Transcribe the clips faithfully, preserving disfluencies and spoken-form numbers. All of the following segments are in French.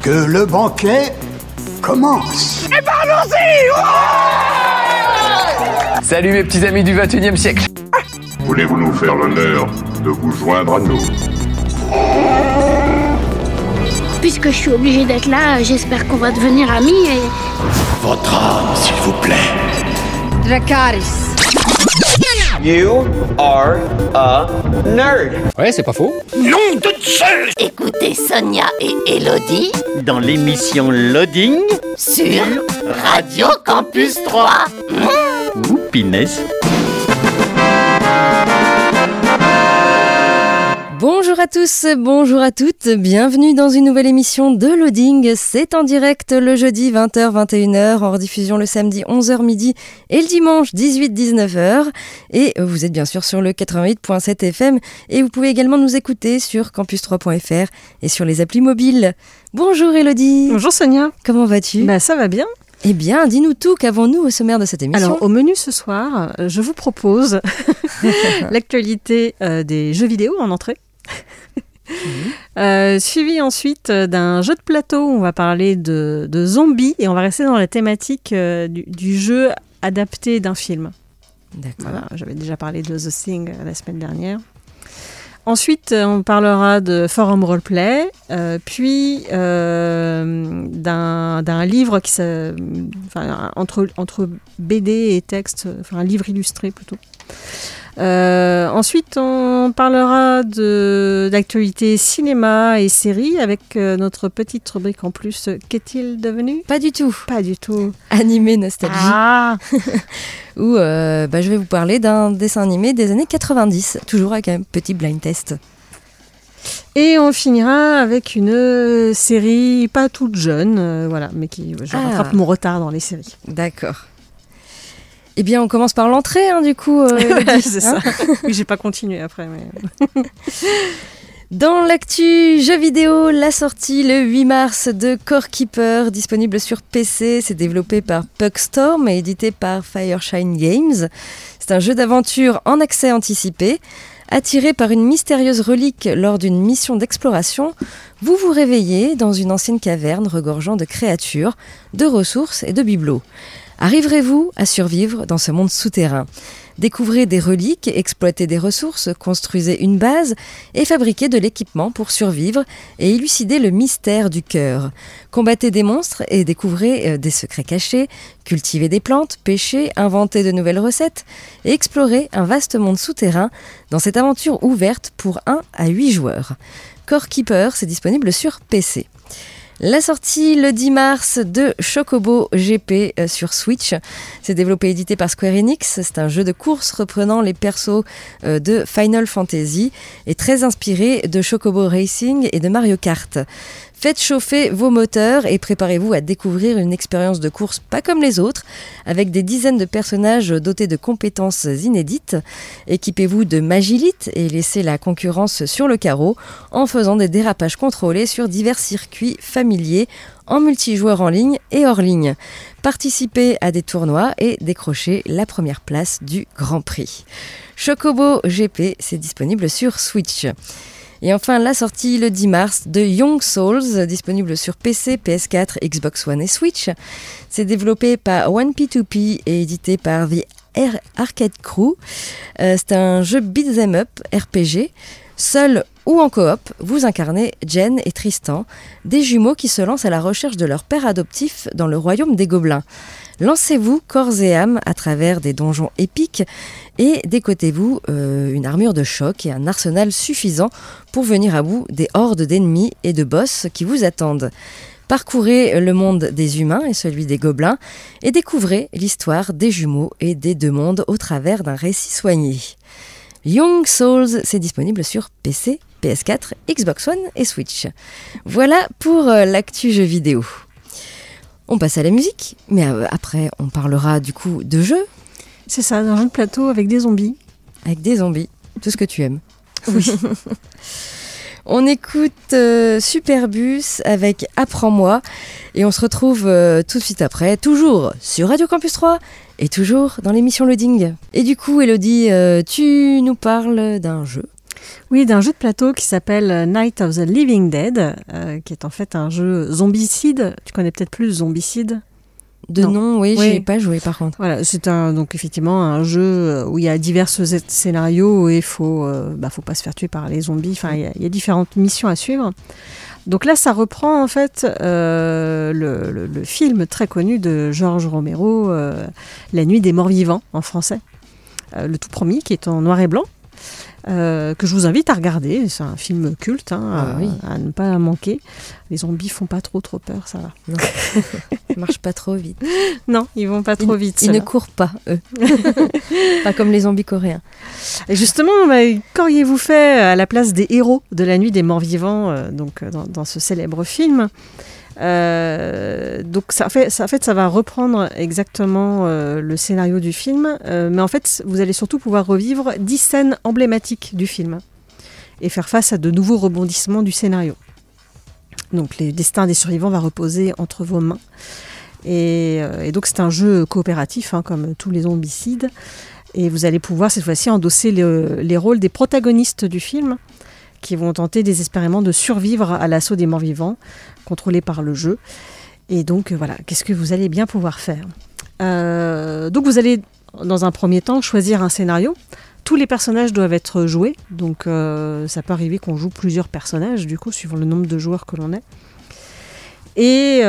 que le banquet commence. Et ben allons-y. Ouais. Salut mes petits amis du vingt et unième siècle. Voulez-vous nous faire l'honneur de vous joindre à nous? Puisque je suis obligée d'être là, j'espère qu'on va devenir amis et... Votre âme, s'il vous plaît. Dracarys. You are a nerd. Ouais, c'est pas faux. Nom de Zeus. Écoutez Sonia et Elodie Dans l'émission Loading sur Radio Campus trois. Mmh. Ouh, pinesse. Bonjour à tous, bonjour à toutes, bienvenue dans une nouvelle émission de Loading. C'est en direct le jeudi vingt heures vingt et une heures, en rediffusion le samedi onze heures midi et le dimanche dix-huit dix-neuf heures. Et vous êtes bien sûr sur le quatre-vingt-huit virgule sept F M et vous pouvez également nous écouter sur campus trois point f r et sur les applis mobiles. Bonjour Elodie. Bonjour Sonia. Comment vas-tu ? Bah ça va bien. Eh bien, dis-nous tout, qu'avons-nous au sommaire de cette émission ? Alors, au menu ce soir, je vous propose l'actualité euh, des jeux vidéo en entrée. Mmh. Euh, suivi ensuite d'un jeu de plateau, on va parler de, de zombies et on va rester dans la thématique euh, du, du jeu adapté d'un film. D'accord. Voilà, j'avais déjà parlé de The Thing la semaine dernière. Ensuite, on parlera de forum roleplay, euh, puis euh, d'un, d'un livre qui se, enfin, entre, entre B D et texte, enfin un livre illustré plutôt. Euh, ensuite, on parlera de, d'actualité cinéma et séries avec euh, notre petite rubrique en plus. Qu'est-il devenu ? Pas du tout. Pas du tout. Animé nostalgie. Ah Où euh, bah, je vais vous parler d'un dessin animé des années quatre-vingt-dix, toujours avec un petit blind test. Et on finira avec une série pas toute jeune, euh, voilà, mais qui je Ah. rattrape mon retard dans les séries. D'accord. Eh bien, on commence par l'entrée, hein, du coup. Euh, Ouais, c'est hein ça. Oui, j'ai pas continué après, mais... Dans l'actu jeux vidéo, la sortie le huit mars de Core Keeper, disponible sur P C. C'est développé par Pugstorm et édité par Fireshine Games. C'est un jeu d'aventure en accès anticipé. Attiré par une mystérieuse relique lors d'une mission d'exploration, vous vous réveillez dans une ancienne caverne regorgeant de créatures, de ressources et de bibelots. Arriverez-vous à survivre dans ce monde souterrain ? Découvrez des reliques, exploitez des ressources, construisez une base et fabriquez de l'équipement pour survivre et élucider le mystère du cœur. Combattez des monstres et découvrez des secrets cachés, cultivez des plantes, pêchez, inventez de nouvelles recettes et explorez un vaste monde souterrain dans cette aventure ouverte pour un à huit joueurs. Core Keeper, c'est disponible sur P C. La sortie le dix mars de Chocobo G P euh, sur Switch. C'est développé et édité par Square Enix. C'est un jeu de course reprenant les persos euh, de Final Fantasy et très inspiré de Chocobo Racing et de Mario Kart. Faites chauffer vos moteurs et préparez-vous à découvrir une expérience de course pas comme les autres, avec des dizaines de personnages dotés de compétences inédites. Équipez-vous de Magilite et laissez la concurrence sur le carreau en faisant des dérapages contrôlés sur divers circuits familiers en multijoueur en ligne et hors ligne. Participez à des tournois et décrochez la première place du Grand Prix. Chocobo G P, c'est disponible sur Switch. Et enfin, la sortie le dix mars de Young Souls, disponible sur P C, P S quatre, Xbox One et Switch. C'est développé par one P two P et édité par The Arcade Crew. Euh, c'est un jeu beat'em up R P G. Seul ou en coop, vous incarnez Jen et Tristan, des jumeaux qui se lancent à la recherche de leur père adoptif dans le royaume des gobelins. Lancez-vous corps et âme à travers des donjons épiques et décotez-vous euh, une armure de choc et un arsenal suffisant pour venir à bout des hordes d'ennemis et de boss qui vous attendent. Parcourez le monde des humains et celui des gobelins et découvrez l'histoire des jumeaux et des deux mondes au travers d'un récit soigné. Young Souls, c'est disponible sur P C, P S quatre, Xbox One et Switch. Voilà pour euh, l'actu jeux vidéo. On passe à la musique, mais après on parlera du coup de jeux. C'est ça, un jeu de plateau avec des zombies. Avec des zombies, tout ce que tu aimes. Oui. On écoute euh, Superbus avec Apprends-moi et on se retrouve euh, tout de suite après, toujours sur Radio Campus trois et toujours dans l'émission Loading. Et du coup, Elodie, euh, tu nous parles d'un jeu. Oui, d'un jeu de plateau qui s'appelle Night of the Living Dead, euh, qui est en fait un jeu zombicide. Tu connais peut-être plus Zombicide ? De Non. nom, oui, Oui. je n'ai pas joué par contre. Voilà, c'est un, donc effectivement un jeu où il y a divers scénarios et il faut, euh, bah, faut pas se faire tuer par les zombies. Enfin, il y a, il y a différentes missions à suivre. Donc là, ça reprend en fait euh, le, le, le film très connu de George Romero, euh, La Nuit des Morts Vivants en français. Euh, le tout premier qui est en noir et blanc. Euh, que je vous invite à regarder. C'est un film culte, hein, Ah, à, oui. à ne pas manquer. Les zombies font pas trop trop peur, ça va. Non. Ils marchent pas trop vite. Non, ils vont pas trop Ils, vite. ils ne ceux-là. courent pas, eux. Pas comme les zombies coréens. Et justement, bah, qu'auriez-vous fait à la place des héros de La Nuit des Morts Vivants, euh, donc euh, dans, dans ce célèbre film? Euh, donc ça fait, ça, en fait, ça va reprendre exactement euh, le scénario du film, euh, mais en fait, vous allez surtout pouvoir revivre dix scènes emblématiques du film et faire face à de nouveaux rebondissements du scénario. Donc, le destin des survivants va reposer entre vos mains. Et, euh, et donc, c'est un jeu coopératif, hein, comme tous les zombicides. Et vous allez pouvoir cette fois-ci endosser le, les rôles des protagonistes du film, qui vont tenter désespérément de survivre à l'assaut des morts vivants, contrôlés par le jeu. Et donc, voilà, qu'est-ce que vous allez bien pouvoir faire ? euh, Donc, vous allez, dans un premier temps, choisir un scénario. Tous les personnages doivent être joués. Donc, euh, ça peut arriver qu'on joue plusieurs personnages, du coup, suivant le nombre de joueurs que l'on est. Et,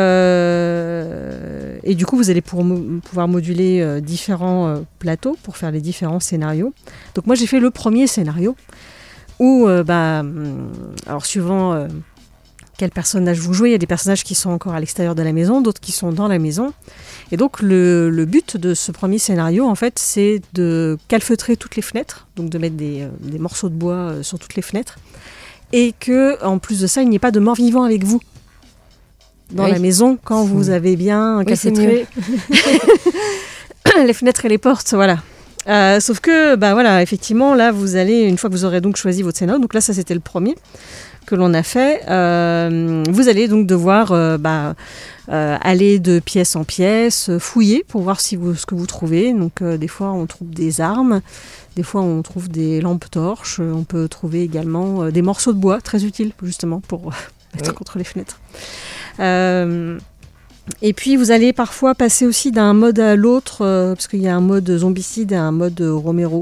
euh, et du coup, vous allez pour mo- pouvoir moduler euh, différents euh, plateaux pour faire les différents scénarios. Donc, moi, j'ai fait le premier scénario. Où, euh, bah, alors suivant euh, quel personnage vous jouez, il y a des personnages qui sont encore à l'extérieur de la maison, d'autres qui sont dans la maison. Et donc le, le but de ce premier scénario, en fait, c'est de calfeutrer toutes les fenêtres, donc de mettre des, euh, des morceaux de bois euh, sur toutes les fenêtres, et que, en plus de ça, il n'y ait pas de morts vivants avec vous dans Oui. la maison quand vous avez bien Oui, c'est calfeutré les fenêtres et les portes, voilà. Euh, sauf que, bah voilà, effectivement, là, vous allez, une fois que vous aurez donc choisi votre scénario, donc là, ça c'était le premier que l'on a fait, euh, vous allez donc devoir euh, bah, euh, aller de pièce en pièce, fouiller pour voir si vous, ce que vous trouvez. Donc, euh, des fois, on trouve des armes, des fois, on trouve des lampes torches, on peut trouver également euh, des morceaux de bois, très utiles, justement, pour mettre Oui. contre les fenêtres. Euh, Et puis vous allez parfois passer aussi d'un mode à l'autre, euh, parce qu'il y a un mode zombicide et un mode Romero,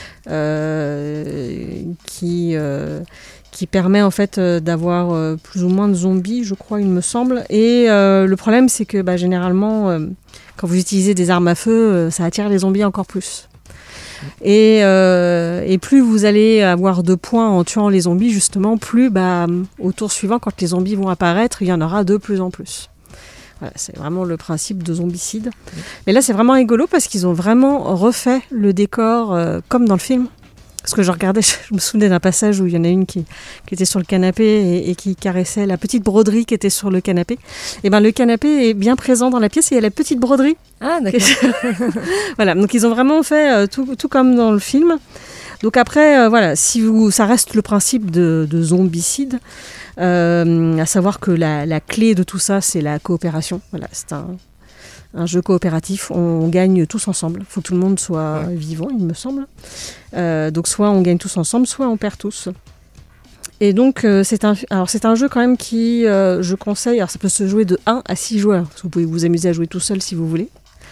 euh, qui, euh, qui permet en fait euh, d'avoir euh, plus ou moins de zombies, je crois, il me semble. Et euh, le problème, c'est que bah, généralement, euh, quand vous utilisez des armes à feu, euh, ça attire les zombies encore plus. Et, euh, et plus vous allez avoir de points en tuant les zombies, justement, plus bah, au tour suivant, quand les zombies vont apparaître, il y en aura de plus en plus. Voilà, c'est vraiment le principe de zombicide. Mais là, c'est vraiment rigolo parce qu'ils ont vraiment refait le décor euh, comme dans le film. Parce que je regardais, je me souvenais d'un passage où il y en a une qui, qui était sur le canapé et, et qui caressait la petite broderie qui était sur le canapé. Et ben le canapé est bien présent dans la pièce et il y a la petite broderie. Ah, d'accord. Voilà, donc ils ont vraiment fait euh, tout, tout comme dans le film. Donc après, euh, voilà, si vous, ça reste le principe de, de zombicide. Euh, à savoir que la, la clé de tout ça, c'est la coopération. Voilà, c'est un, un jeu coopératif. On gagne tous ensemble. Il faut que tout le monde soit ouais. vivant, il me semble. Euh, donc soit on gagne tous ensemble, soit on perd tous. Et donc euh, c'est un, alors c'est un jeu quand même qui, euh, je conseille. Alors ça peut se jouer de un à six joueurs. Parce que vous pouvez vous amuser à jouer tout seul si vous voulez.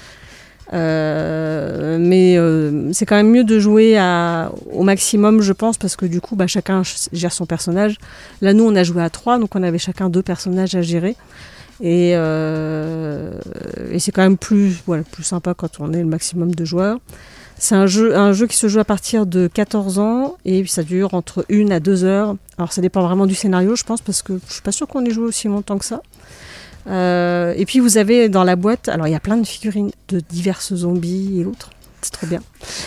Euh, mais euh, c'est quand même mieux de jouer à, au maximum, je pense, parce que du coup, bah, chacun gère son personnage. Là, nous, on a joué à trois, donc on avait chacun deux personnages à gérer. Et, euh, et c'est quand même plus, voilà, plus sympa quand on est le maximum de joueurs. C'est un jeu, un jeu qui se joue à partir de quatorze ans et ça dure entre une à deux heures. Alors, ça dépend vraiment du scénario, je pense, parce que je ne suis pas sûre qu'on ait joué aussi longtemps que ça. Euh, et puis vous avez dans la boîte, alors il y a plein de figurines de diverses zombies et autres, c'est trop bien.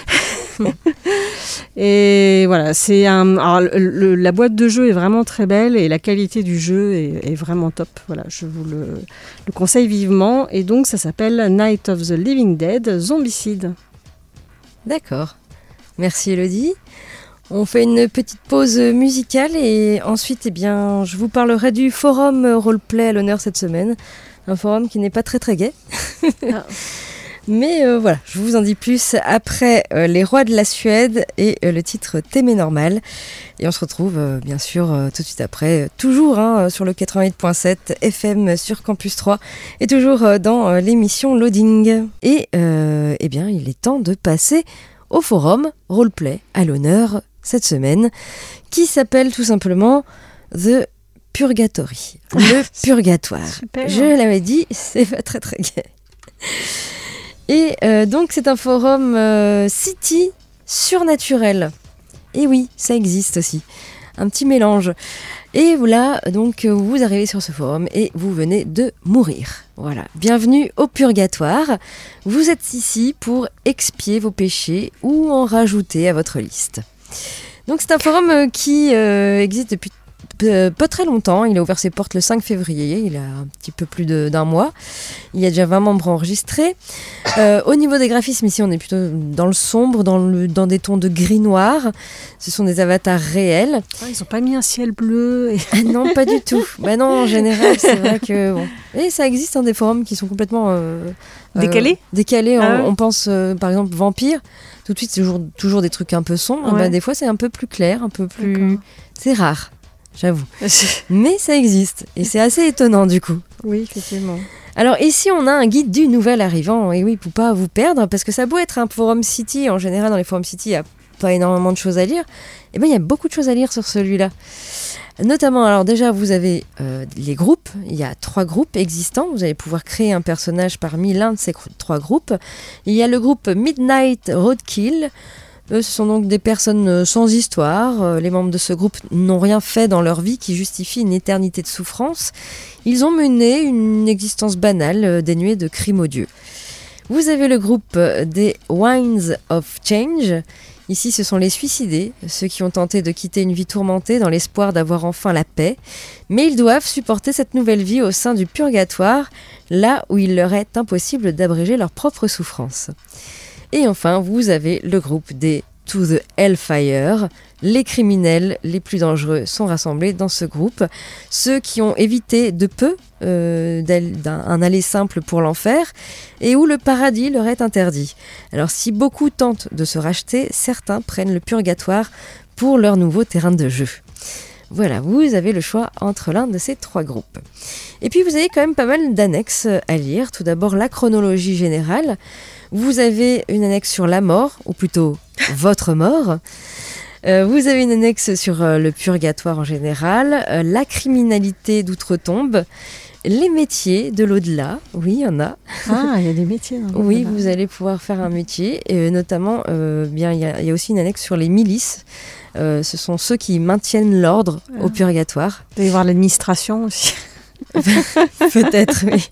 Et voilà, c'est un, alors le, le, la boîte de jeu est vraiment très belle et la qualité du jeu est, est vraiment top. Voilà, je vous le, le conseille vivement. Et donc ça s'appelle Night of the Living Dead, Zombicide. D'accord, merci Elodie. On fait une petite pause musicale et ensuite, eh bien, je vous parlerai du forum roleplay à l'honneur cette semaine. Un forum qui n'est pas très très gai. Ah. Mais euh, voilà, je vous en dis plus après euh, Les Rois de la Suède et euh, le titre T'aimer normal. Et on se retrouve euh, bien sûr euh, tout de suite après, euh, toujours hein, sur le quatre-vingt-huit virgule sept F M sur Campus trois et toujours euh, dans euh, l'émission Loading. Et euh, eh bien, il est temps de passer au forum Roleplay à l'honneur cette semaine, qui s'appelle tout simplement The Purgatory, le purgatoire. Super. Je l'avais dit, c'est pas très très gai. Et euh, donc c'est un forum euh, city surnaturel. Et oui, ça existe aussi. Un petit mélange. Et là, donc, vous arrivez sur ce forum et vous venez de mourir. Voilà. Bienvenue au purgatoire. Vous êtes ici pour expier vos péchés ou en rajouter à votre liste. Donc c'est un forum qui euh, existe depuis Peu, pas très longtemps, il a ouvert ses portes le cinq février, il a un petit peu plus de, d'un mois. Il y a déjà vingt membres enregistrés. Euh, au niveau des graphismes, ici on est plutôt dans le sombre, dans, le, dans des tons de gris-noir. Ce sont des avatars réels. Ah, ils n'ont pas mis un ciel bleu et... Ah non, pas du tout. Bah non, en général, c'est vrai que... Bon. Et ça existe dans hein, des forums qui sont complètement... Euh, décalés euh, Décalés, ah on, ouais. on pense euh, par exemple vampire. Tout de suite, c'est toujours, toujours des trucs un peu sombres. Ouais. Bah, des fois, c'est un peu plus clair, un peu plus... D'accord. C'est rare. J'avoue. Mais ça existe. Et c'est assez étonnant du coup. Oui, effectivement. Alors ici, on a un guide du nouvel arrivant. Et oui, pour pas vous perdre, parce que ça a beau être un forum city, en général, dans les forums city, il n'y a pas énormément de choses à lire. Et bien, il y a beaucoup de choses à lire sur celui-là. Notamment, alors déjà, vous avez euh, les groupes. Il y a trois groupes existants. Vous allez pouvoir créer un personnage parmi l'un de ces trois groupes. Il y a le groupe Midnight Roadkill. Eux, ce sont donc des personnes sans histoire. Les membres de ce groupe n'ont rien fait dans leur vie qui justifie une éternité de souffrance. Ils ont mené une existence banale, dénuée de crimes odieux. Vous avez le groupe des Winds of Change. Ici, ce sont les suicidés, ceux qui ont tenté de quitter une vie tourmentée dans l'espoir d'avoir enfin la paix. Mais ils doivent supporter cette nouvelle vie au sein du purgatoire, là où il leur est impossible d'abréger leur propre souffrance. Et enfin, vous avez le groupe des To the Hellfire. Les criminels les plus dangereux sont rassemblés dans ce groupe. Ceux qui ont évité de peu euh, d'un aller simple pour l'enfer et où le paradis leur est interdit. Alors si beaucoup tentent de se racheter, certains prennent le purgatoire pour leur nouveau terrain de jeu. Voilà, vous avez le choix entre l'un de ces trois groupes. Et puis vous avez quand même pas mal d'annexes à lire. Tout d'abord la chronologie générale. Vous avez une annexe sur la mort, ou plutôt votre mort. Euh, vous avez une annexe sur euh, le purgatoire en général, euh, la criminalité d'outre-tombe, les métiers de l'au-delà. Oui, il y en a. Ah, il y a des métiers. Dans oui, l'au-delà. vous allez pouvoir faire un métier. Et notamment, euh, bien, il y, y a aussi une annexe sur les milices. Euh, ce sont ceux qui maintiennent l'ordre ah. au purgatoire. Il doit y avoir l'administration aussi. Peut-être, oui.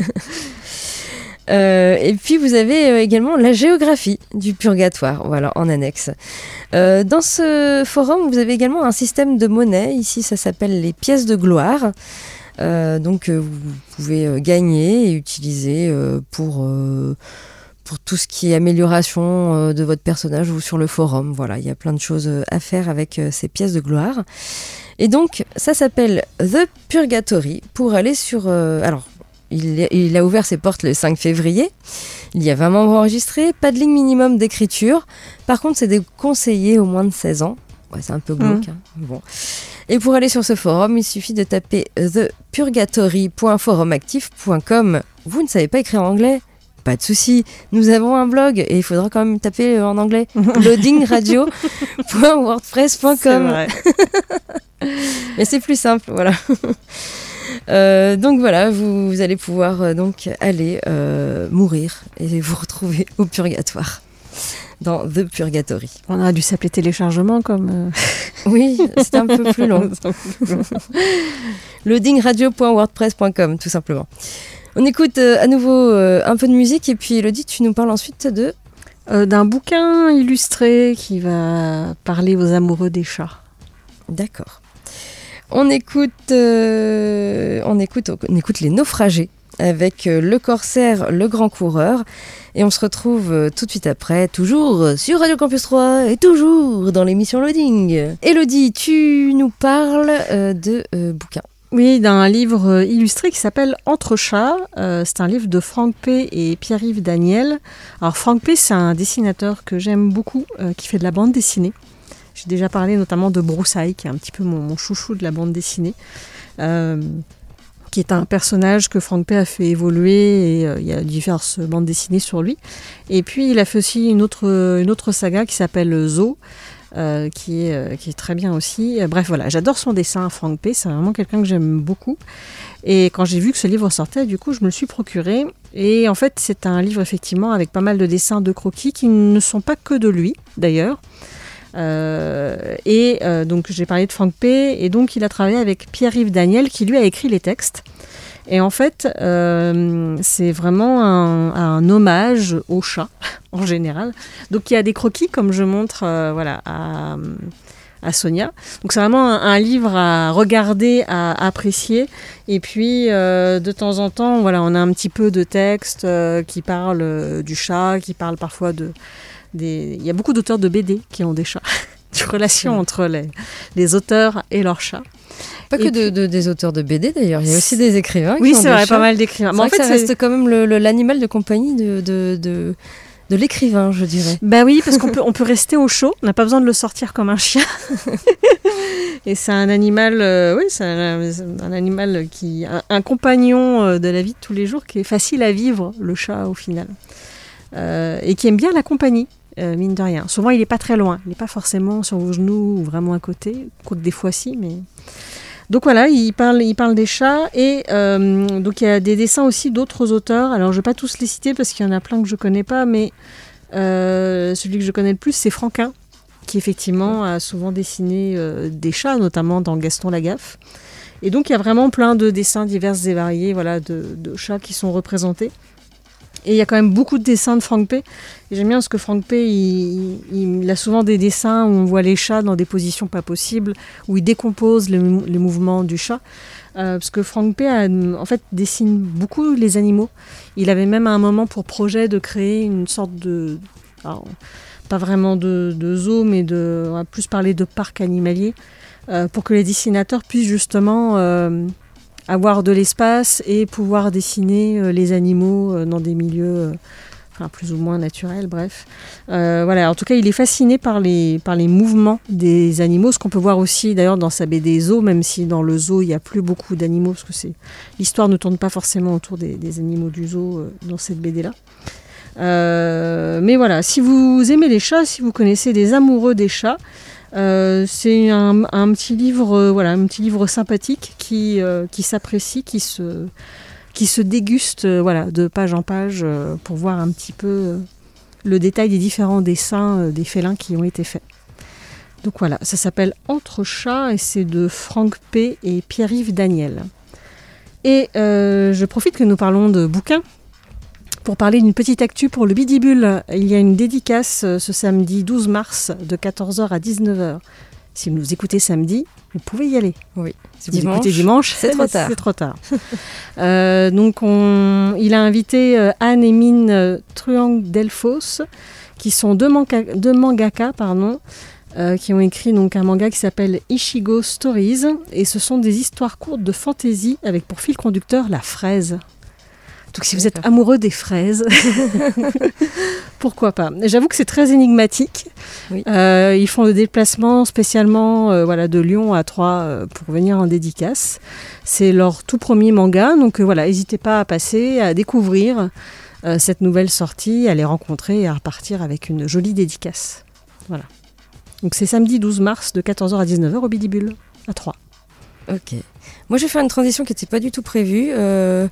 Euh, et puis vous avez euh, également la géographie du purgatoire, voilà, en annexe. Euh, dans ce forum, vous avez également un système de monnaie. Ici, ça s'appelle les pièces de gloire. Euh, donc, euh, vous pouvez euh, gagner et utiliser euh, pour euh, pour tout ce qui est amélioration euh, de votre personnage ou sur le forum. Voilà, il y a plein de choses à faire avec euh, ces pièces de gloire. Et donc, ça s'appelle The Purgatory. Pour aller sur, euh, alors. Il, il a ouvert ses portes le cinq février. Il y a vingt membres enregistrés, pas de ligne minimum d'écriture. Par contre, c'est des conseillers au moins de seize ans. Ouais, c'est un peu glauque. Mmh. Hein. Bon. Et pour aller sur ce forum, il suffit de taper the purgatory point forumactif point com. Vous ne savez pas écrire en anglais ? Pas de souci, nous avons un blog et il faudra quand même taper en anglais loading radio point wordpress point com. Mais c'est plus simple, voilà. Euh, donc voilà, vous, vous allez pouvoir euh, donc aller euh, mourir et vous retrouver au purgatoire, dans The Purgatory. On aurait dû s'appeler téléchargement comme... Euh... Oui, c'était un peu plus long. loading radio point wordpress point com, tout simplement. On écoute euh, à nouveau euh, un peu de musique et puis Elodie, tu nous parles ensuite de... Euh, d'un bouquin illustré qui va parler aux amoureux des chats. D'accord. On écoute, euh, on, écoute, on écoute Les Naufragés avec euh, Le Corsaire, Le Grand Coureur. Et on se retrouve euh, tout de suite après, toujours sur Radio Campus trois et toujours dans l'émission Loading. Elodie, tu nous parles euh, de euh, bouquins. Oui, d'un livre illustré qui s'appelle Entre chats. Euh, c'est un livre de Franck P. et Pierre-Yves Daniel. Alors Franck P., c'est un dessinateur que j'aime beaucoup, euh, qui fait de la bande dessinée. J'ai déjà parlé notamment de Broussailles, qui est un petit peu mon, mon chouchou de la bande dessinée, euh, qui est un personnage que Franck P. a fait évoluer, et euh, il y a diverses bandes dessinées sur lui. Et puis il a fait aussi une autre, une autre saga qui s'appelle Zo, Euh, qui, est, euh, qui est très bien aussi. Euh, bref, voilà, j'adore son dessin, Franck P. C'est vraiment quelqu'un que j'aime beaucoup. Et quand j'ai vu que ce livre sortait, du coup, je me le suis procuré. Et en fait, c'est un livre, effectivement, avec pas mal de dessins, de croquis, qui ne sont pas que de lui, d'ailleurs. Euh, et euh, donc, j'ai parlé de Franck P. Et donc, il a travaillé avec Pierre-Yves Daniel, qui, lui, a écrit les textes. Et en fait, euh, c'est vraiment un, un hommage au chat, en général. Donc, il y a des croquis, comme je montre euh, voilà, à, à Sonia. Donc, c'est vraiment un, un livre à regarder, à, à apprécier. Et puis, euh, de temps en temps, voilà, on a un petit peu de texte euh, qui parle euh, du chat, qui parle parfois de... Des... Il y a beaucoup d'auteurs de B D qui ont des chats. Une relation entre les, les auteurs et leurs chats. Pas que de, de, des auteurs de B D d'ailleurs, il y a aussi des écrivains. Oui, qui ont c'est des vrai, chats. pas mal d'écrivains. C'est Mais vrai en fait, que ça c'est... reste quand même le, le, l'animal de compagnie de, de, de, de l'écrivain, je dirais. Bah oui, parce qu'on peut, on peut rester au chaud, on n'a pas besoin de le sortir comme un chien. Et c'est un animal, euh, oui, c'est un, un animal qui, un, un compagnon de la vie de tous les jours qui est facile à vivre, le chat au final, euh, et qui aime bien la compagnie. Euh, mine de rien. Souvent, il n'est pas très loin. Il n'est pas forcément sur vos genoux ou vraiment à côté, quoique des fois si. Mais... Donc voilà, il parle, il parle des chats. Et euh, donc, il y a des dessins aussi d'autres auteurs. Alors, je ne vais pas tous les citer parce qu'il y en a plein que je ne connais pas. Mais euh, celui que je connais le plus, c'est Franquin, qui effectivement a souvent dessiné euh, des chats, notamment dans Gaston Lagaffe. Et donc, il y a vraiment plein de dessins divers et variés, voilà, de, de chats qui sont représentés. Et il y a quand même beaucoup de dessins de Franck P. Et j'aime bien parce que Franck P, il, il, il a souvent des dessins où on voit les chats dans des positions pas possibles, où il décompose les, les mouvements du chat. Euh, parce que Franck P, a, en fait, dessine beaucoup les animaux. Il avait même à un moment pour projet de créer une sorte de... Alors, pas vraiment de, de zoo, mais de, on va plus parler de parc animalier, euh, pour que les dessinateurs puissent justement... Euh, avoir de l'espace et pouvoir dessiner euh, les animaux euh, dans des milieux euh, enfin, plus ou moins naturels, bref. Euh, voilà, en tout cas, il est fasciné par les, par les mouvements des animaux, ce qu'on peut voir aussi d'ailleurs dans sa B D Zoo, même si dans le zoo, il n'y a plus beaucoup d'animaux, parce que c'est... l'histoire ne tourne pas forcément autour des, des animaux du zoo euh, dans cette B D-là. Euh, mais voilà, si vous aimez les chats, si vous connaissez des amoureux des chats, Euh, c'est un, un petit livre, euh, voilà, un petit livre sympathique qui, euh, qui s'apprécie, qui se, qui se déguste, euh, voilà, de page en page euh, pour voir un petit peu euh, le détail des différents dessins euh, des félins qui ont été faits. Donc voilà, ça s'appelle Entre chats et c'est de Franck P et Pierre-Yves Daniel. Et euh, je profite que nous parlons de bouquins pour parler d'une petite actu pour le Bidibule. Il y a une dédicace ce samedi douze mars de quatorze heures à dix-neuf heures. Si vous nous écoutez samedi, vous pouvez y aller. Oui. Si vous dimanche, écoutez dimanche, c'est trop tard. C'est trop tard. euh, donc, on, il a invité euh, Anne et Mine euh, Truang-Delfos, qui sont deux, manga, deux mangaka, pardon, euh, qui ont écrit donc, un manga qui s'appelle Ichigo Stories. Et ce sont des histoires courtes de fantasy avec pour fil conducteur la fraise. Donc si vous êtes amoureux des fraises, pourquoi pas. J'avoue que c'est très énigmatique. Oui. Euh, ils font le déplacement spécialement euh, voilà, de Lyon à Troyes euh, pour venir en dédicace. C'est leur tout premier manga, donc euh, voilà, n'hésitez pas à passer, à découvrir euh, cette nouvelle sortie, à les rencontrer et à repartir avec une jolie dédicace. Voilà. Donc c'est samedi douze mars de quatorze heures à dix-neuf heures au Bidibule à Troyes. Ok. Moi je vais faire une transition qui n'était pas du tout prévue. Euh...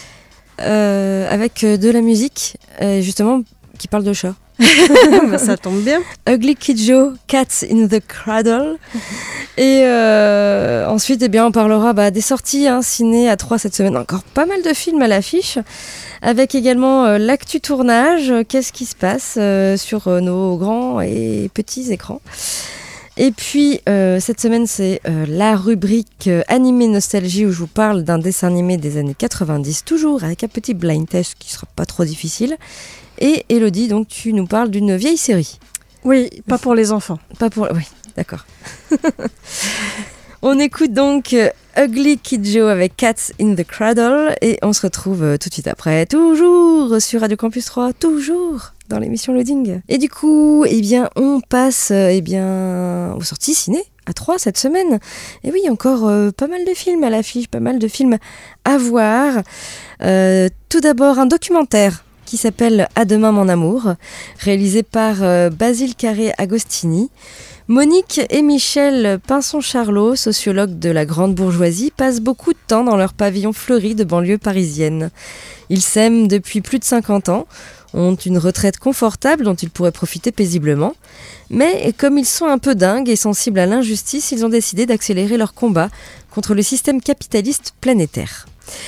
Euh, avec de la musique, euh, justement, qui parle de chat. Bah, ça tombe bien. Ugly Kid Joe, Cats in the Cradle. Et euh, ensuite, eh bien, on parlera bah, des sorties hein, ciné à Troyes cette semaine. Encore pas mal de films à l'affiche, avec également euh, l'actu tournage. Qu'est-ce qui se passe euh, sur euh, nos grands et petits écrans. Et puis, euh, cette semaine, c'est euh, la rubrique euh, Animé Nostalgie où je vous parle d'un dessin animé des années quatre-vingt-dix, toujours avec un petit blind test qui sera pas trop difficile. Et Élodie, donc, tu nous parles d'une vieille série. Oui, pas pour les enfants. Pas pour... Oui, d'accord. On écoute donc Ugly Kid Joe avec Cats in the Cradle et on se retrouve euh, tout de suite après, toujours sur Radio Campus trois, toujours dans l'émission Loading. Et du coup, eh bien, on passe euh, eh bien, aux sorties ciné à trois cette semaine. Et oui, encore euh, pas mal de films à l'affiche, pas mal de films à voir. Euh, tout d'abord, un documentaire qui s'appelle À demain mon amour, réalisé par euh, Basile Carré-Agostini. Monique et Michel Pinson-Charlot, sociologues de la grande bourgeoisie, passent beaucoup de temps dans leur pavillon fleuri de banlieue parisienne. Ils s'aiment depuis plus de cinquante ans, ont une retraite confortable dont ils pourraient profiter paisiblement. Mais comme ils sont un peu dingues et sensibles à l'injustice, ils ont décidé d'accélérer leur combat contre le système capitaliste planétaire.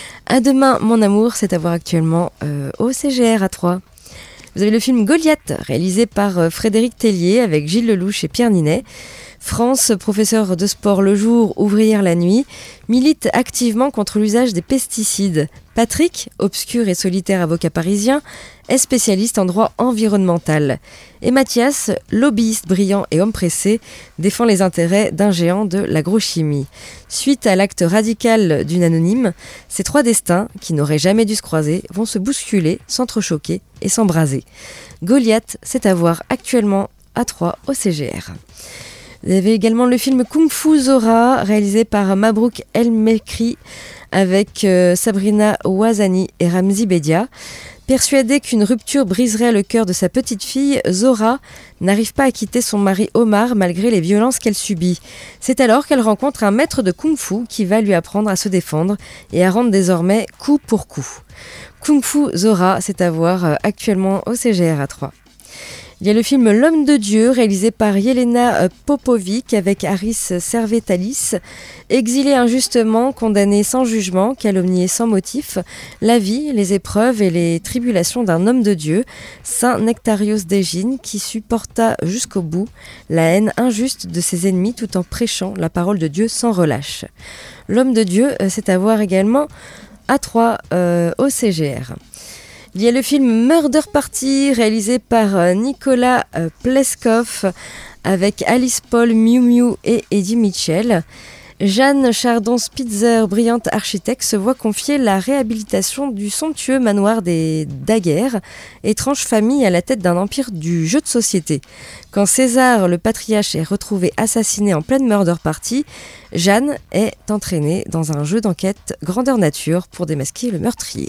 À demain, mon amour, c'est à voir actuellement euh, au C G R à Troyes. Vous avez le film Goliath, réalisé par euh, Frédéric Tellier avec Gilles Lelouch et Pierre Ninet. France, professeur de sport le jour, ouvrière la nuit, milite activement contre l'usage des pesticides. Patrick, obscur et solitaire avocat parisien, est spécialiste en droit environnemental. Et Mathias, lobbyiste brillant et homme pressé, défend les intérêts d'un géant de l'agrochimie. Suite à l'acte radical d'une anonyme, ces trois destins, qui n'auraient jamais dû se croiser, vont se bousculer, s'entrechoquer et s'embraser. Goliath, c'est à voir actuellement à Troyes au C G R. Vous avez également le film Kung Fu Zora, réalisé par Mabrouk El Mekri, avec euh, Sabrina Ouazani et Ramzi Bedia. Persuadée qu'une rupture briserait le cœur de sa petite fille, Zora n'arrive pas à quitter son mari Omar malgré les violences qu'elle subit. C'est alors qu'elle rencontre un maître de Kung Fu qui va lui apprendre à se défendre et à rendre désormais coup pour coup. Kung Fu Zora, c'est à voir euh, actuellement au C G R à Troyes. Il y a le film L'homme de Dieu, réalisé par Yelena Popovic avec Haris Servetalis. Exilé injustement, condamné sans jugement, calomnié sans motif, la vie, les épreuves et les tribulations d'un homme de Dieu, Saint Nectarios d'Égine, qui supporta jusqu'au bout la haine injuste de ses ennemis tout en prêchant la parole de Dieu sans relâche. L'homme de Dieu, c'est à voir également à Troyes euh, au C G R. Il y a le film Murder Party, réalisé par Nicolas Pleskov, avec Alice Paul, Miu Miu et Eddie Mitchell. Jeanne Chardon-Spitzer, brillante architecte, se voit confier la réhabilitation du somptueux manoir des Daguerre, étrange famille à la tête d'un empire du jeu de société. Quand César, le patriarche, est retrouvé assassiné en pleine Murder Party, Jeanne est entraînée dans un jeu d'enquête grandeur nature pour démasquer le meurtrier.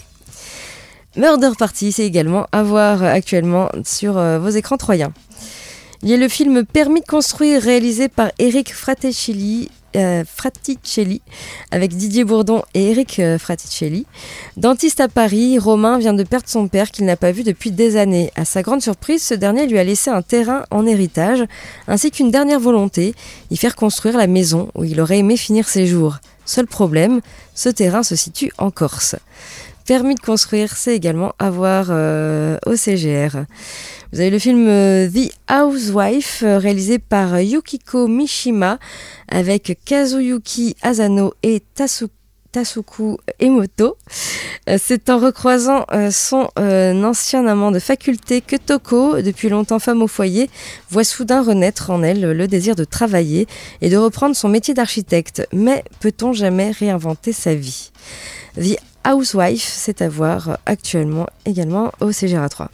Murder Party, c'est également à voir actuellement sur euh, vos écrans troyens. Il y a le film Permis de construire, réalisé par Eric Fraticelli, euh, Fraticelli avec Didier Bourdon et Eric euh, Fraticelli. Dentiste à Paris, Romain vient de perdre son père qu'il n'a pas vu depuis des années. À sa grande surprise, ce dernier lui a laissé un terrain en héritage, ainsi qu'une dernière volonté, y faire construire la maison où il aurait aimé finir ses jours. Seul problème, ce terrain se situe en Corse. Permis de construire, c'est également à voir euh, au C G R. Vous avez le film euh, The Housewife, euh, réalisé par Yukiko Mishima, avec Kazuyuki Asano et Tasu- Tasuku Emoto. Euh, c'est en recroisant euh, son euh, ancien amant de faculté que Toko, depuis longtemps femme au foyer, voit soudain renaître en elle le désir de travailler et de reprendre son métier d'architecte. Mais peut-on jamais réinventer sa vie ? The Housewife, c'est à voir actuellement également au C G R à Troyes.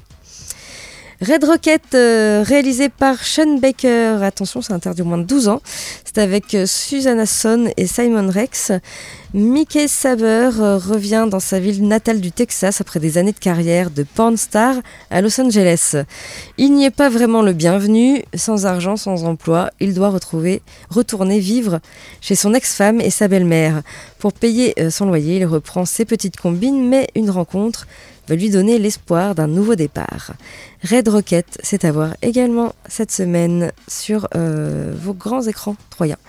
Red Rocket, euh, réalisé par Sean Baker, attention, c'est interdit au moins de douze ans. C'est avec euh, Susanna Son et Simon Rex. Mickey Saber euh, revient dans sa ville natale du Texas après des années de carrière de porn star à Los Angeles. Il n'y est pas vraiment le bienvenu. Sans argent, sans emploi, il doit retrouver, retourner vivre chez son ex-femme et sa belle-mère. Pour payer euh, son loyer, il reprend ses petites combines, mais une rencontre va lui donner l'espoir d'un nouveau départ. Red Rocket, c'est à voir également cette semaine sur euh, vos grands écrans troyens.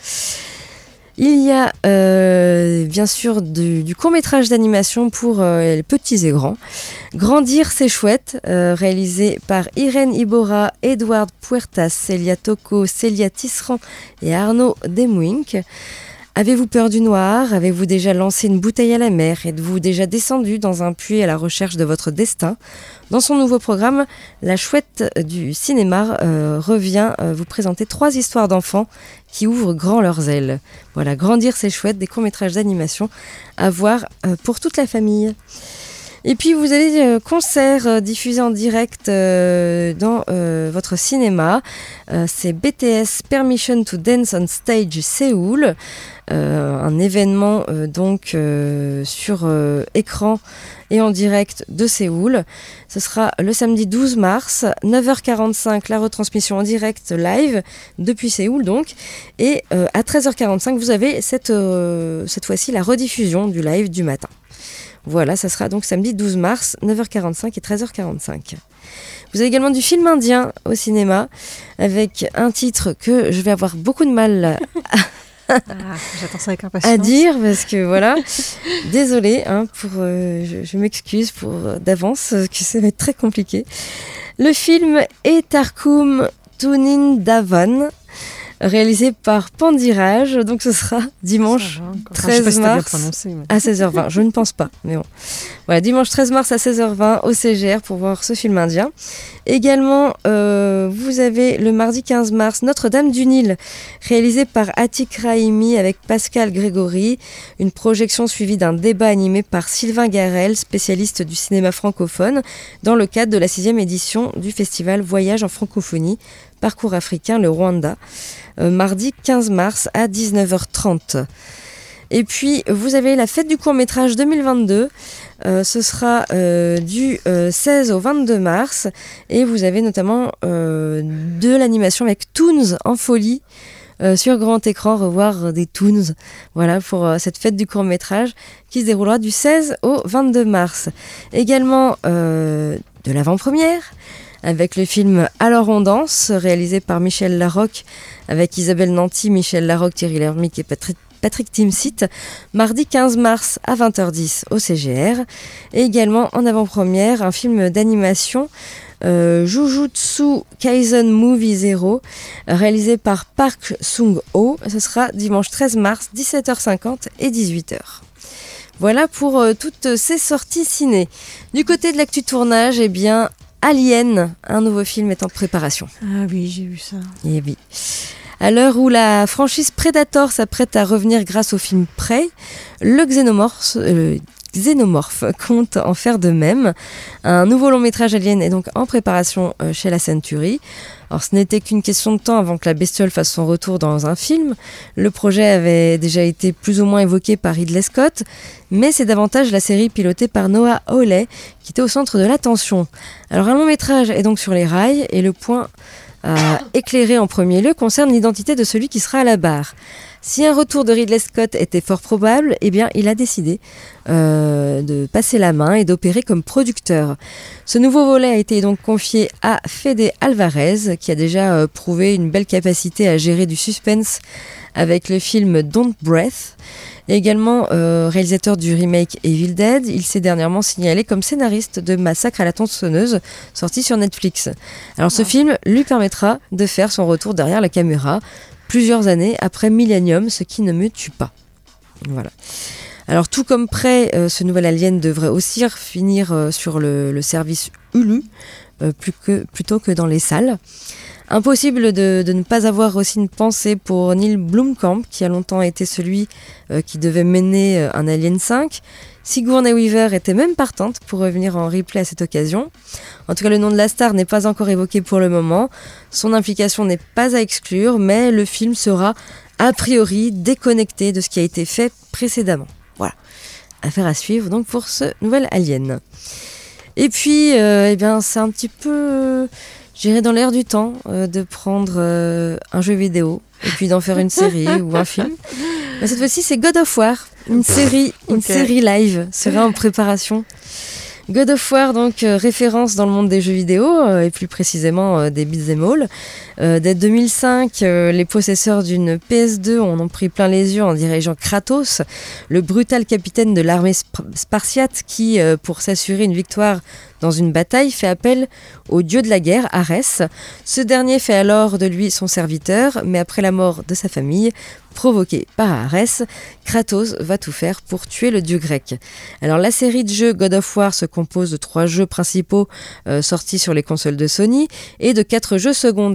Il y a euh, bien sûr du, du court-métrage d'animation pour euh, les petits et grands. Grandir, c'est chouette, euh, réalisé par Irène Iborra, Edward Puertas, Célia Tocco, Célia Tisserand et Arnaud Demouink. Avez-vous peur du noir ? Avez-vous déjà lancé une bouteille à la mer ? Êtes-vous déjà descendu dans un puits à la recherche de votre destin ? Dans son nouveau programme, la chouette du cinéma euh, revient euh, vous présenter trois histoires d'enfants qui ouvrent grand leurs ailes. Voilà, Grandir c'est chouette, des courts-métrages d'animation à voir euh, pour toute la famille. Et puis vous avez euh, concert euh, diffusé en direct euh, dans euh, votre cinéma. Euh, c'est B T S Permission to Dance on Stage Séoul, euh, un événement euh, donc euh, sur euh, écran et en direct de Séoul. Ce sera le samedi douze mars, neuf heures quarante-cinq, la retransmission en direct live depuis Séoul donc. Et euh, à treize heures quarante-cinq, vous avez cette, euh, cette fois-ci la rediffusion du live du matin. Voilà, ça sera donc samedi douze mars, neuf heures quarante-cinq et treize heures quarante-cinq. Vous avez également du film indien au cinéma, avec un titre que je vais avoir beaucoup de mal à, ah, j'attends ça avec impatience. à dire, parce que voilà, désolée, hein, pour, euh, je, je m'excuse pour euh, d'avance, que ça va être très compliqué. Le film est Tarkum Tunindavan, réalisé par Pandiraj, donc ce sera dimanche treize mars à seize heures vingt. Je ne pense pas, mais bon. Voilà, dimanche treize mars à seize heures vingt au C G R pour voir ce film indien. Également, euh, vous avez le mardi quinze mars Notre-Dame du Nil, réalisé par Atik Rahimi avec Pascal Grégory. Une projection suivie d'un débat animé par Sylvain Garel, spécialiste du cinéma francophone, dans le cadre de la sixième édition du festival Voyage en francophonie, Parcours africain, le Rwanda, euh, mardi quinze mars à dix-neuf heures trente. Et puis, vous avez la fête du court-métrage deux mille vingt-deux. Euh, ce sera euh, du euh, seize au vingt-deux mars. Et vous avez notamment euh, de l'animation avec Toons en folie. Euh, sur grand écran, revoir des Toons. Voilà, pour euh, cette fête du court-métrage qui se déroulera du seize au vingt-deux mars. Également, euh, de l'avant-première, avec le film Alors on danse, réalisé par Michel Larocque, avec Isabelle Nanty, Michel Larocque, Thierry Lhermitte et Patrick, Patrick Timsit, mardi quinze mars à vingt heures dix au C G R. Et également en avant-première, un film d'animation, euh, Jujutsu Kaisen Movie Zero, réalisé par Park Sung-ho. Ce sera dimanche treize mars, dix-sept heures cinquante et dix-huit heures. Voilà pour euh, toutes ces sorties ciné. Du côté de l'actu tournage, eh bien, Alien, un nouveau film est en préparation. Ah oui, j'ai vu ça. Et oui. À l'heure où la franchise Predator s'apprête à revenir grâce au film Prey, le Xénomorphe, euh, Xénomorphe compte en faire de même. Un nouveau long métrage Alien est donc en préparation euh, chez la Century. Alors ce n'était qu'une question de temps avant que la bestiole fasse son retour dans un film. Le projet avait déjà été plus ou moins évoqué par Ridley Scott, mais c'est davantage la série pilotée par Noah Hawley qui était au centre de l'attention. Alors un long métrage est donc sur les rails et le point à éclairer en premier lieu concerne l'identité de celui qui sera à la barre. Si un retour de Ridley Scott était fort probable, eh bien, il a décidé euh, de passer la main et d'opérer comme producteur. Ce nouveau volet a été donc confié à Fede Alvarez, qui a déjà euh, prouvé une belle capacité à gérer du suspense avec le film Don't Breath. Et également euh, réalisateur du remake Evil Dead, il s'est dernièrement signalé comme scénariste de Massacre à la tronçonneuse, sorti sur Netflix. Alors ce film lui permettra de faire son retour derrière la caméra, plusieurs années après Millennium, ce qui ne me tue pas. Voilà. Alors tout comme Prey, euh, ce nouvel Alien devrait aussi finir euh, sur le, le service Hulu, euh, plus que, plutôt que dans les salles. Impossible de, de ne pas avoir aussi une pensée pour Neil Blomkamp, qui a longtemps été celui euh, qui devait mener euh, un Alien cinq. Sigourney Weaver était même partante pour revenir en replay à cette occasion. En tout cas, le nom de la star n'est pas encore évoqué pour le moment. Son implication n'est pas à exclure, mais le film sera a priori déconnecté de ce qui a été fait précédemment. Voilà, affaire à suivre donc pour ce nouvel Alien. Et puis, euh, eh bien, c'est un petit peu... Euh, J'irai dans l'air du temps euh, de prendre euh, un jeu vidéo et puis d'en faire une série ou un film. Mais cette fois-ci, c'est God of War, une série, une okay. série live sera en préparation. God of War, donc euh, référence dans le monde des jeux vidéo euh, et plus précisément euh, des beat'em all. Euh, dès deux mille cinq, euh, les possesseurs d'une P S deux en ont pris plein les yeux en dirigeant Kratos, le brutal capitaine de l'armée sp- spartiate qui, euh, pour s'assurer une victoire dans une bataille, fait appel au dieu de la guerre, Arès. Ce dernier fait alors de lui son serviteur, mais après la mort de sa famille, provoquée par Arès, Kratos va tout faire pour tuer le dieu grec. Alors la série de jeux God of War se compose de trois jeux principaux euh, sortis sur les consoles de Sony et de quatre jeux secondaires,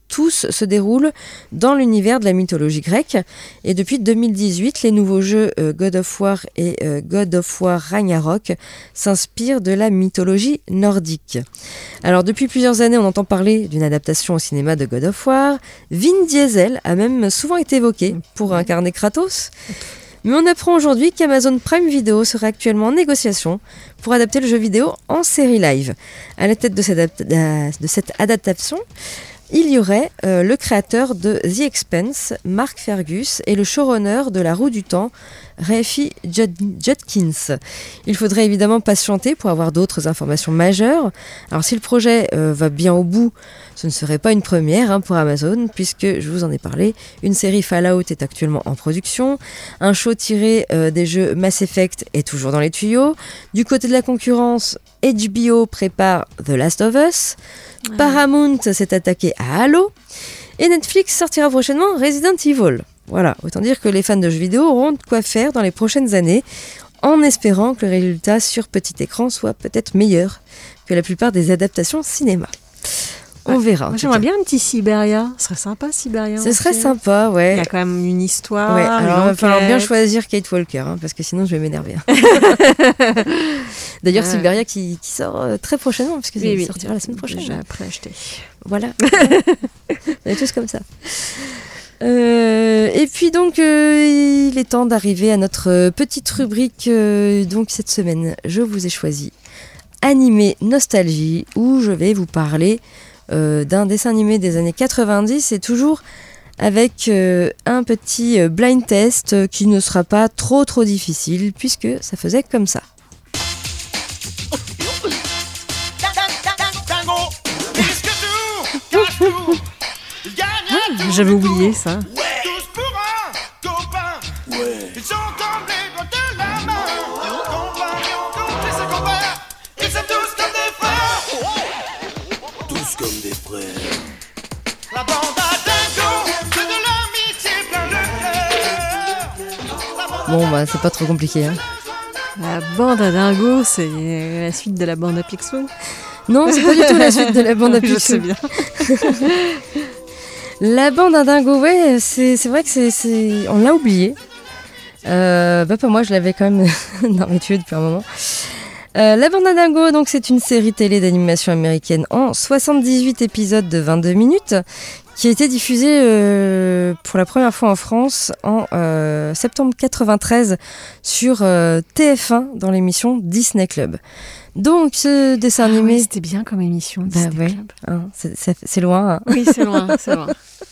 tous se déroulent dans l'univers de la mythologie grecque. Et depuis deux mille dix-huit, les nouveaux jeux euh, God of War et euh, God of War Ragnarok s'inspirent de la mythologie nordique. Alors depuis plusieurs années, on entend parler d'une adaptation au cinéma de God of War. Vin Diesel a même souvent été évoqué pour incarner Kratos. Mais on apprend aujourd'hui qu'Amazon Prime Video serait actuellement en négociation pour adapter le jeu vidéo en série live. À la tête de cette, adap- de cette adaptation, il y aurait euh, le créateur de The Expanse, Mark Fergus, et le showrunner de La Roue du Temps, Rafi Jud- Judkins. Il faudrait évidemment patienter pour avoir d'autres informations majeures. Alors si le projet euh, va bien au bout, ce ne serait pas une première hein, pour Amazon, puisque, je vous en ai parlé, une série Fallout est actuellement en production, un show tiré euh, des jeux Mass Effect est toujours dans les tuyaux, du côté de la concurrence, H B O prépare The Last of Us, ouais. Paramount s'est attaqué à Halo, et Netflix sortira prochainement Resident Evil. Voilà, autant dire que les fans de jeux vidéo auront de quoi faire dans les prochaines années, en espérant que le résultat sur petit écran soit peut-être meilleur que la plupart des adaptations cinéma. On ouais. verra. Moi, j'aimerais bien un petit Siberia. Ce serait sympa, Siberia. Ce serait sympa, ouais. Il y a quand même une histoire. Ouais, alors il va falloir bien choisir Kate Walker, hein, parce que sinon je vais m'énerver. D'ailleurs, ouais. Siberia qui, qui sort euh, très prochainement, parce que ça oui, oui. sortira la semaine prochaine. J'ai après acheté. Voilà. On est tous comme ça. Euh, et puis donc, euh, il est temps d'arriver à notre petite rubrique. Euh, donc cette semaine, je vous ai choisi Animé Nostalgie, où je vais vous parler Euh, d'un dessin animé des années quatre-vingt-dix et toujours avec euh, un petit euh, blind test euh, qui ne sera pas trop trop difficile puisque ça faisait comme ça. J'avais oublié ça. Comme des frères. La bande à Dingo, c'est de l'amitié plein le cœur. Bon bah c'est pas trop compliqué hein. La bande à Dingo, c'est la suite de la bande à Picsou. Non, c'est pas du tout la suite de la bande à Picsou. Je sais bien. La bande à Dingo, ouais, c'est, c'est vrai que c'est, c'est... on l'a oublié. Euh, bah pas moi, je l'avais quand même dans mes tuyaux depuis un moment. Euh, La Bande à Dingo, donc, c'est une série télé d'animation américaine en soixante-dix-huit épisodes de vingt-deux minutes qui a été diffusée euh, pour la première fois en France en euh, septembre quatre-vingt-treize sur euh, T F un dans l'émission Disney Club. Donc ce dessin ah animé... Oui, c'était bien comme émission Disney bah, ouais, Club. Hein, c'est, c'est, c'est loin. Hein. Oui, c'est loin, c'est loin.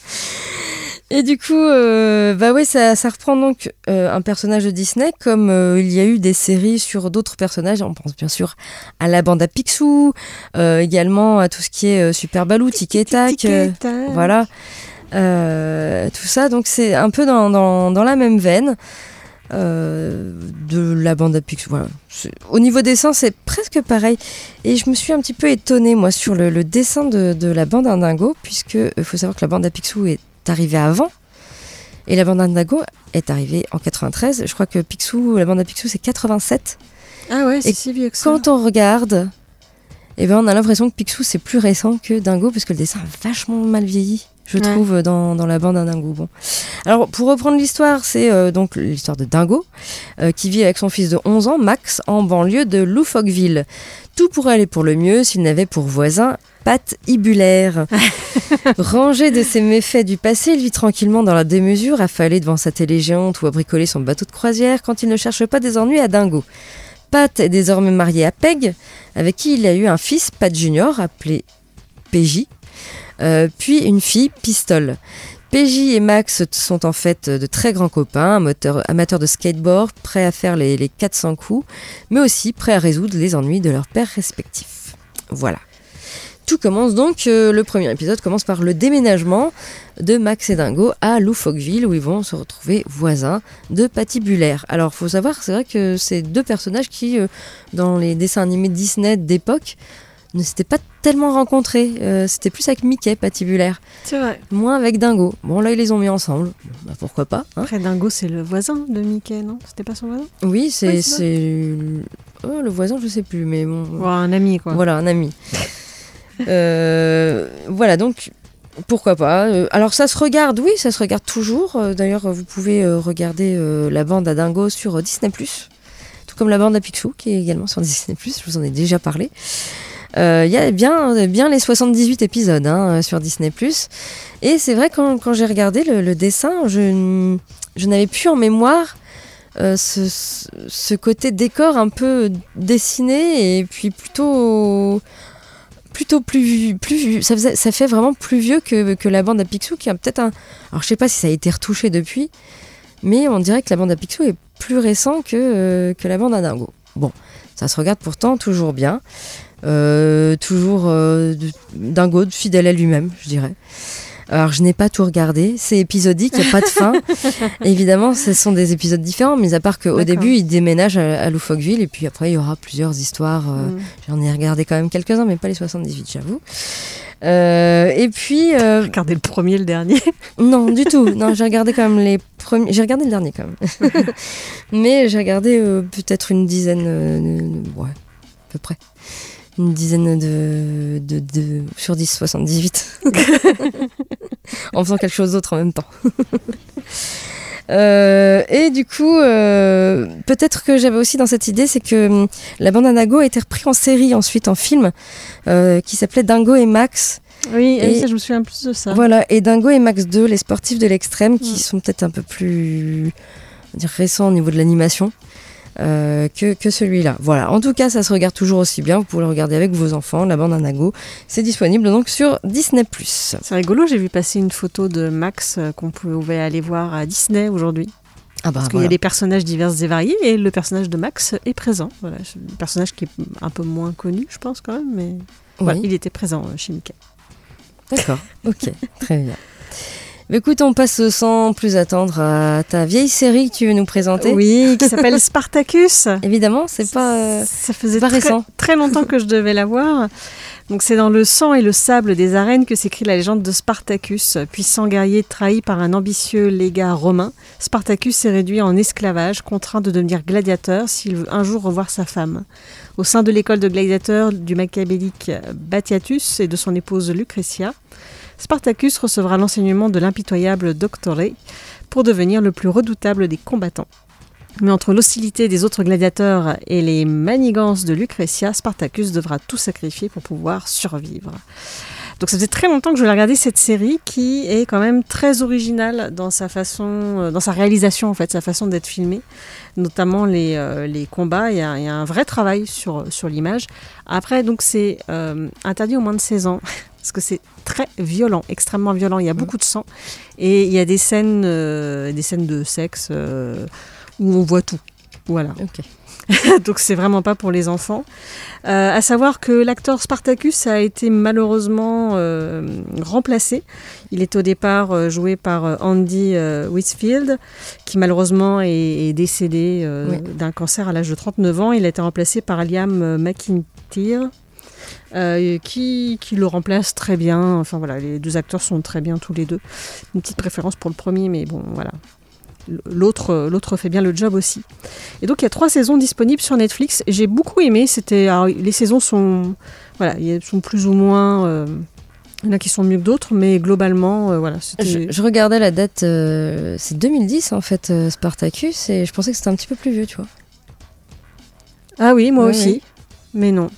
Et du coup, euh, bah ouais, ça, ça reprend donc euh, un personnage de Disney, comme euh, il y a eu des séries sur d'autres personnages. On pense bien sûr à la bande à Picsou, euh, également à tout ce qui est euh, Super Baloo, Tic et Tac, euh, voilà, euh, tout ça. Donc c'est un peu dans, dans, dans la même veine euh, de la bande à Picsou. Voilà. C'est, au niveau dessin, c'est presque pareil. Et je me suis un petit peu étonnée, moi, sur le, le dessin de, de la bande à Dingo, puisque il faut savoir que la bande à Picsou est arrivé avant et la bande à Dingo est arrivée en quatre-vingt-treize. Je crois que Picsou, la bande à Picsou, c'est quatre-vingt-sept. Ah ouais, c'est si vieux que ça. Quand on regarde, eh ben on a l'impression que Picsou c'est plus récent que Dingo parce que le dessin a vachement mal vieilli, je ouais. trouve, dans, dans la bande à Dingo. Bon. Alors pour reprendre l'histoire, c'est euh, donc l'histoire de Dingo euh, qui vit avec son fils de onze ans, Max, en banlieue de Loufogville. Tout pourrait aller pour le mieux s'il n'avait pour voisin Pat Ibulaire. Rangé de ses méfaits du passé, il vit tranquillement dans la démesure, affalé devant sa télé géante ou à bricoler son bateau de croisière quand il ne cherche pas des ennuis à Dingo. Pat est désormais marié à Peg, avec qui il a eu un fils, Pat Junior, appelé P J, euh, puis une fille, Pistole. P J et Max sont en fait de très grands copains, amateurs, amateurs de skateboard, prêts à faire les, les quatre cents coups, mais aussi prêts à résoudre les ennuis de leurs pères respectifs. Voilà. Tout commence donc, euh, le premier épisode commence par le déménagement de Max et Dingo à Loufogville où ils vont se retrouver voisins de Patibulaire. Alors faut savoir, c'est vrai que c'est deux personnages qui, euh, dans les dessins animés Disney d'époque, ne s'étaient pas tellement rencontrés. Euh, c'était plus avec Mickey, Patibulaire. C'est vrai. Moins avec Dingo. Bon là ils les ont mis ensemble, bah, pourquoi pas. Hein. Après Dingo c'est le voisin de Mickey, non ? C'était pas son voisin ? Oui, c'est, oui, c'est, c'est... Oh, le voisin je sais plus, mais bon... Ouais, un ami quoi. Voilà, un ami. Euh, voilà, donc Pourquoi pas. Euh, alors ça se regarde, oui, ça se regarde toujours. Euh, d'ailleurs, vous pouvez euh, regarder euh, la bande à Dingo sur euh, Disney plus, tout comme la bande à Picsou, qui est également sur Disney plus, je vous en ai déjà parlé. Il euh, y a bien, bien les soixante-dix-huit épisodes hein, sur Disney plus. Et c'est vrai, quand, quand j'ai regardé le, le dessin, je, je n'avais plus en mémoire euh, ce, ce côté décor un peu dessiné et puis plutôt... plutôt plus, plus ça, faisait, ça fait vraiment plus vieux que, que la bande à Picsou qui a peut-être un... Alors je sais pas si ça a été retouché depuis, mais on dirait que la bande à Picsou est plus récent que, euh, que la bande à Dingo. Bon, ça se regarde pourtant toujours bien. Euh, toujours euh, de, Dingo fidèle à lui-même, je dirais. Alors je n'ai pas tout regardé, c'est épisodique, il n'y a pas de fin. Évidemment, ce sont des épisodes différents, mais à part qu'au début, il déménage à, à Loufoqueville, et puis après, il y aura plusieurs histoires. Euh, mm. J'en ai regardé quand même quelques-uns, mais pas les soixante-dix-huit, j'avoue. Euh, et puis... Euh, regardé le premier et le dernier? Non, du tout. Non, j'ai regardé quand même les premiers... J'ai regardé le dernier quand même. Mais j'ai regardé euh, peut-être une dizaine... Euh, ouais, à peu près. Une dizaine de, de, de sur dix, soixante-dix-huit. En faisant quelque chose d'autre en même temps. euh, et du coup, euh, peut-être que j'avais aussi dans cette idée, c'est que la bande à Dingo a été reprise en série ensuite, en film, euh, qui s'appelait Dingo et Max. Oui, et ça, je me souviens plus de ça. Voilà, et Dingo et Max deux, les sportifs de l'extrême, qui mmh. sont peut-être un peu plus on va dire, récents au niveau de l'animation. Euh, que, que celui-là. Voilà. En tout cas, ça se regarde toujours aussi bien. Vous pouvez le regarder avec vos enfants. La bande à Dingo, c'est disponible donc sur Disney plus. C'est rigolo, j'ai vu passer une photo de Max euh, qu'on pouvait aller voir à Disney aujourd'hui. Ah bah, Parce qu'il voilà. y a des personnages divers et variés et le personnage de Max est présent. Voilà. C'est un personnage qui est un peu moins connu, je pense quand même, mais oui. Voilà, il était présent chez Mickey. D'accord, ok, très bien. Mais écoute, on passe sans plus attendre à ta vieille série que tu veux nous présenter. Oui, qui s'appelle Spartacus. Évidemment, c'est pas, euh, ça faisait pas très, récent. très longtemps que je devais la voir. Donc c'est dans le sang et le sable des arènes que s'écrit la légende de Spartacus, puissant guerrier trahi par un ambitieux légat romain. Spartacus est réduit en esclavage, contraint de devenir gladiateur s'il veut un jour revoir sa femme. Au sein de l'école de gladiateurs du machiavélique Batiatus et de son épouse Lucretia, Spartacus recevra l'enseignement de l'impitoyable Doctoré pour devenir le plus redoutable des combattants. Mais entre l'hostilité des autres gladiateurs et les manigances de Lucretia, Spartacus devra tout sacrifier pour pouvoir survivre. Donc ça faisait très longtemps que je voulais regarder cette série qui est quand même très originale dans sa façon, dans sa réalisation en fait, sa façon d'être filmée, notamment les, euh, les combats. Il y, a, il y a un vrai travail sur, sur l'image. Après, donc c'est euh, interdit aux moins de seize ans. Parce que c'est très violent, extrêmement violent. Il y a beaucoup de sang et il y a des scènes, euh, des scènes de sexe euh, où on voit tout. Voilà. Okay. Donc c'est vraiment pas pour les enfants. Euh, à savoir que l'acteur Spartacus a été malheureusement euh, remplacé. Il est au départ euh, joué par Andy euh, Whitfield, qui malheureusement est, est décédé euh, oui. d'un cancer à l'âge de trente-neuf ans. Il a été remplacé par Liam McIntyre. Euh, qui, qui le remplace très bien. Enfin voilà, les deux acteurs sont très bien tous les deux. Une petite préférence pour le premier, mais bon voilà. L'autre, l'autre fait bien le job aussi. Et donc il y a trois saisons disponibles sur Netflix. J'ai beaucoup aimé. C'était, alors, les saisons sont, voilà, sont plus ou moins. Euh, il y en a qui sont mieux que d'autres, mais globalement, euh, voilà. C'était... Je, je regardais la date. Euh, c'est deux mille dix en fait, euh, Spartacus, et je pensais que c'était un petit peu plus vieux, tu vois. Ah oui, moi ouais, aussi, ouais. Mais non.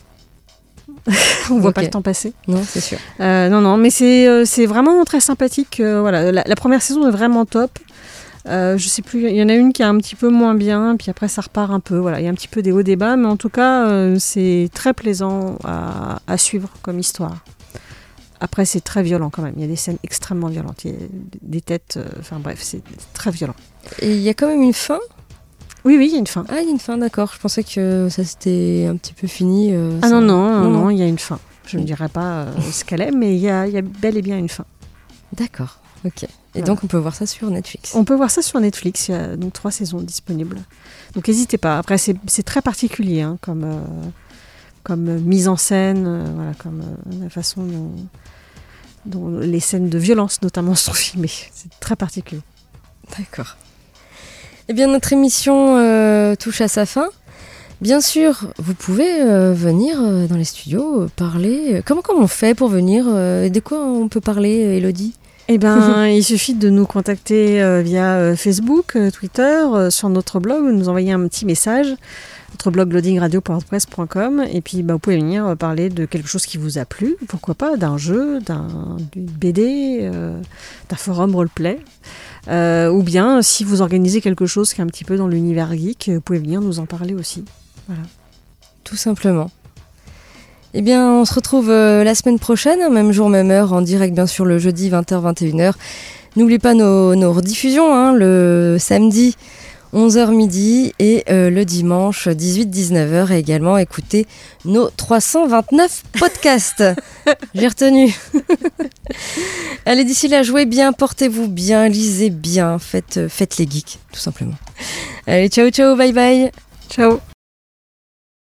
On ne voit okay. pas le temps passer. Non, c'est sûr. Euh, non, non, mais c'est, euh, c'est vraiment très sympathique. Euh, voilà. la, la première saison est vraiment top. Euh, je sais plus, il y en a une qui est un petit peu moins bien, puis après ça repart un peu. Voilà, il y a un petit peu des hauts des bas, mais en tout cas, euh, c'est très plaisant à, à suivre comme histoire. Après, c'est très violent quand même. Il y a des scènes extrêmement violentes. Il y a des têtes. Enfin euh, bref, c'est très violent. Et il y a quand même une fin ? Oui, oui, il y a une fin. Ah, il y a une fin, d'accord. Je pensais que ça s'était un petit peu fini. Euh, ah ça... non, non, non, non, il y a une fin. Je ne dirais pas euh, ce qu'elle est, mais il y a, il y a bel et bien une fin. D'accord, ok. Et voilà. Donc on peut voir ça sur Netflix. On peut voir ça sur Netflix, il y a donc trois saisons disponibles. Donc n'hésitez pas. Après, c'est, c'est très particulier hein, comme, euh, comme euh, mise en scène, euh, voilà, comme euh, la façon dont, dont les scènes de violence notamment sont filmées. C'est très particulier. D'accord. Eh bien, notre émission euh, touche à sa fin. Bien sûr, vous pouvez euh, venir euh, dans les studios euh, parler. Comment, comment on fait pour venir euh, De quoi on peut parler, euh, Élodie ? Eh ben, il suffit de nous contacter euh, via euh, Facebook, euh, Twitter, euh, sur notre blog, ou nous envoyer un petit message. Notre blog loading radio point wordpress point com. Et puis, bah, vous pouvez venir euh, parler de quelque chose qui vous a plu. Pourquoi pas d'un jeu, d'un, d'une B D, euh, d'un forum roleplay. Euh, ou bien, si vous organisez quelque chose qui est un petit peu dans l'univers geek, vous pouvez venir nous en parler aussi. Voilà. Tout simplement. Eh bien, on se retrouve euh, la semaine prochaine, hein, même jour, même heure, en direct bien sûr le jeudi vingt heures vingt et une heures. N'oubliez pas nos, nos rediffusions, hein, le samedi onze heures midi et euh, le dimanche dix-huit dix-neuf heures. Et également écoutez nos trois cent vingt-neuf podcasts. J'ai retenu. Allez, d'ici là, jouez bien, portez-vous bien, lisez bien, faites, faites les geeks, tout simplement. Allez, ciao, ciao, bye bye. Ciao.